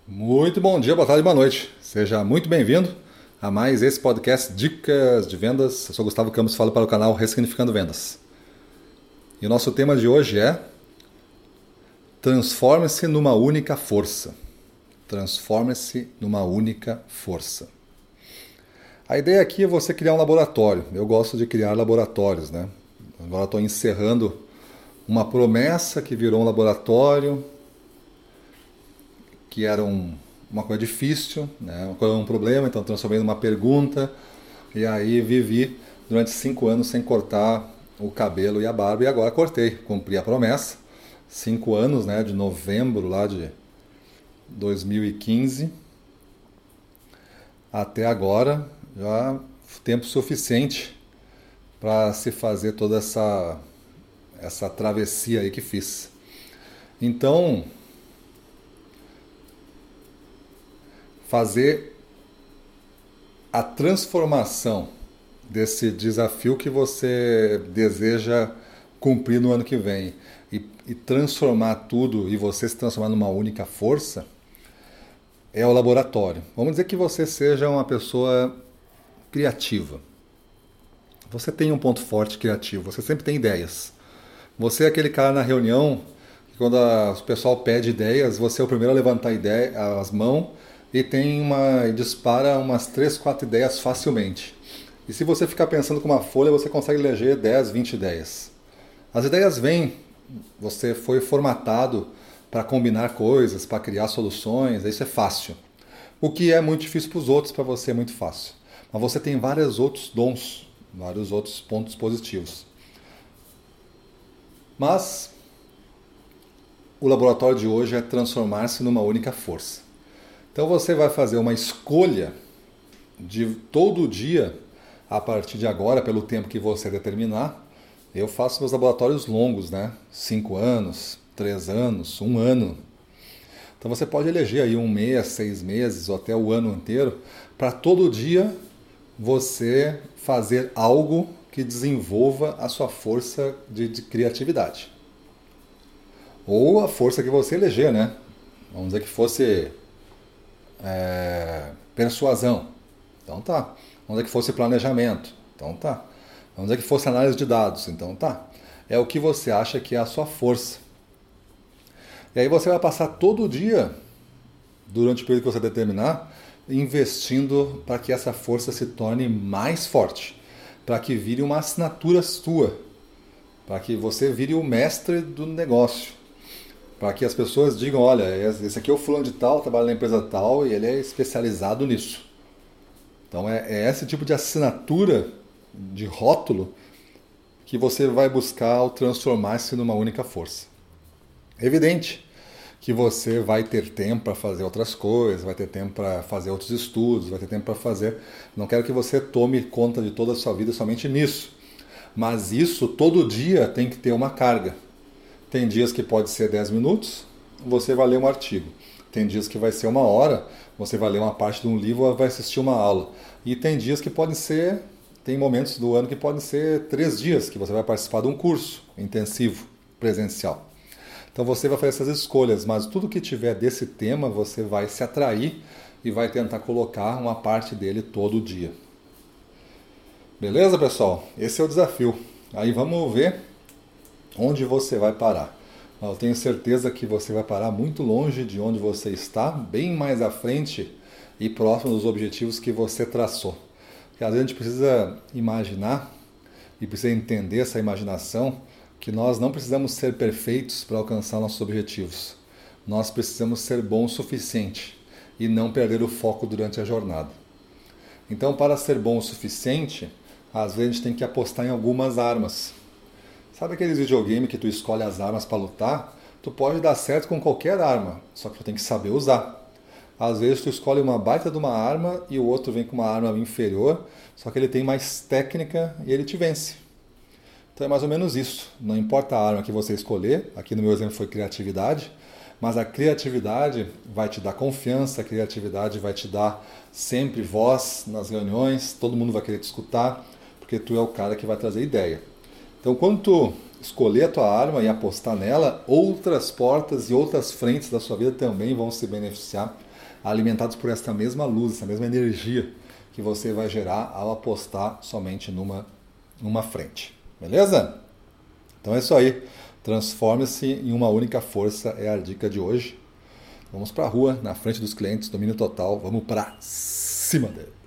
Muito bom dia, boa tarde, boa noite. Seja muito bem-vindo a mais esse podcast Dicas de Vendas. Eu sou Gustavo Campos, falo para o canal Ressignificando Vendas. E o nosso tema de hoje é Transforme-se numa única força. Transforme-se numa única força. A ideia aqui é você criar um laboratório. Eu gosto de criar laboratórios, né? Agora estou encerrando uma promessa que virou um laboratório, que era uma coisa difícil, né? Um problema, então transformei numa pergunta, e aí vivi durante 5 anos sem cortar o cabelo e a barba, e agora cortei, cumpri a promessa, 5 anos, né, de novembro lá de 2015 até agora, já tempo suficiente para se fazer toda essa travessia aí que fiz. Então, fazer a transformação desse desafio que você deseja cumprir no ano que vem e transformar tudo e você se transformar numa única força é o laboratório. Vamos dizer que você seja uma pessoa criativa. Você tem um ponto forte criativo, você sempre tem ideias. Você é aquele cara na reunião que quando o pessoal pede ideias, você é o primeiro a levantar as mãos e dispara umas 3, 4 ideias facilmente. E se você ficar pensando com uma folha, você consegue eleger 10, 20 ideias. As ideias vêm, você foi formatado para combinar coisas, para criar soluções, isso é fácil. O que é muito difícil para os outros, para você é muito fácil. Mas você tem vários outros dons, vários outros pontos positivos. Mas o laboratório de hoje é transformar-se numa única força. Então você vai fazer uma escolha de todo dia, a partir de agora, pelo tempo que você determinar. Eu faço meus laboratórios longos, né? 5 anos, 3 anos, 1 ano. Então você pode eleger aí 1 mês, 6 meses ou até o ano inteiro, para todo dia você fazer algo que desenvolva a sua força de criatividade. Ou a força que você eleger, né? Vamos dizer que fosse persuasão. Então tá. Vamos dizer que fosse planejamento. Então tá. Vamos dizer que fosse análise de dados. Então tá. É o que você acha que é a sua força. E aí você vai passar todo dia, durante o período que você determinar, investindo para que essa força se torne mais forte. Para que vire uma assinatura sua. Para que você vire o mestre do negócio. Para que as pessoas digam, olha, esse aqui é o fulano de tal, trabalha na empresa tal e ele é especializado nisso. Então é esse tipo de assinatura, de rótulo, que você vai buscar ao transformar-se numa única força. É evidente que você vai ter tempo para fazer outras coisas, vai ter tempo para fazer outros estudos, vai ter tempo para fazer... Não quero que você tome conta de toda a sua vida somente nisso. Mas isso, todo dia, tem que ter uma carga. Tem dias que pode ser 10 minutos, você vai ler um artigo. Tem dias que vai ser 1 hora, você vai ler uma parte de um livro ou vai assistir uma aula. E tem dias que podem ser, tem momentos do ano que podem ser 3 dias, que você vai participar de um curso intensivo, presencial. Então você vai fazer essas escolhas, mas tudo que tiver desse tema, você vai se atrair e vai tentar colocar uma parte dele todo dia. Beleza, pessoal? Esse é o desafio. Aí vamos ver onde você vai parar. Eu tenho certeza que você vai parar muito longe de onde você está, bem mais à frente e próximo dos objetivos que você traçou. Porque às vezes a gente precisa imaginar e precisa entender essa imaginação que nós não precisamos ser perfeitos para alcançar nossos objetivos. Nós precisamos ser bons o suficiente e não perder o foco durante a jornada. Então, para ser bom o suficiente, às vezes a gente tem que apostar em algumas armas. Sabe aqueles videogames que tu escolhe as armas para lutar? Tu pode dar certo com qualquer arma, só que tu tem que saber usar. Às vezes tu escolhe uma baita de uma arma e o outro vem com uma arma inferior, só que ele tem mais técnica e ele te vence. Então é mais ou menos isso. Não importa a arma que você escolher, aqui no meu exemplo foi criatividade, mas a criatividade vai te dar confiança, a criatividade vai te dar sempre voz nas reuniões, todo mundo vai querer te escutar, porque tu é o cara que vai trazer ideia. Então, quando tu escolher a tua arma e apostar nela, outras portas e outras frentes da sua vida também vão se beneficiar, alimentados por essa mesma luz, essa mesma energia que você vai gerar ao apostar somente numa frente. Beleza? Então é isso aí. Transforme-se em uma única força, é a dica de hoje. Vamos para a rua, na frente dos clientes, domínio total, vamos para cima dele.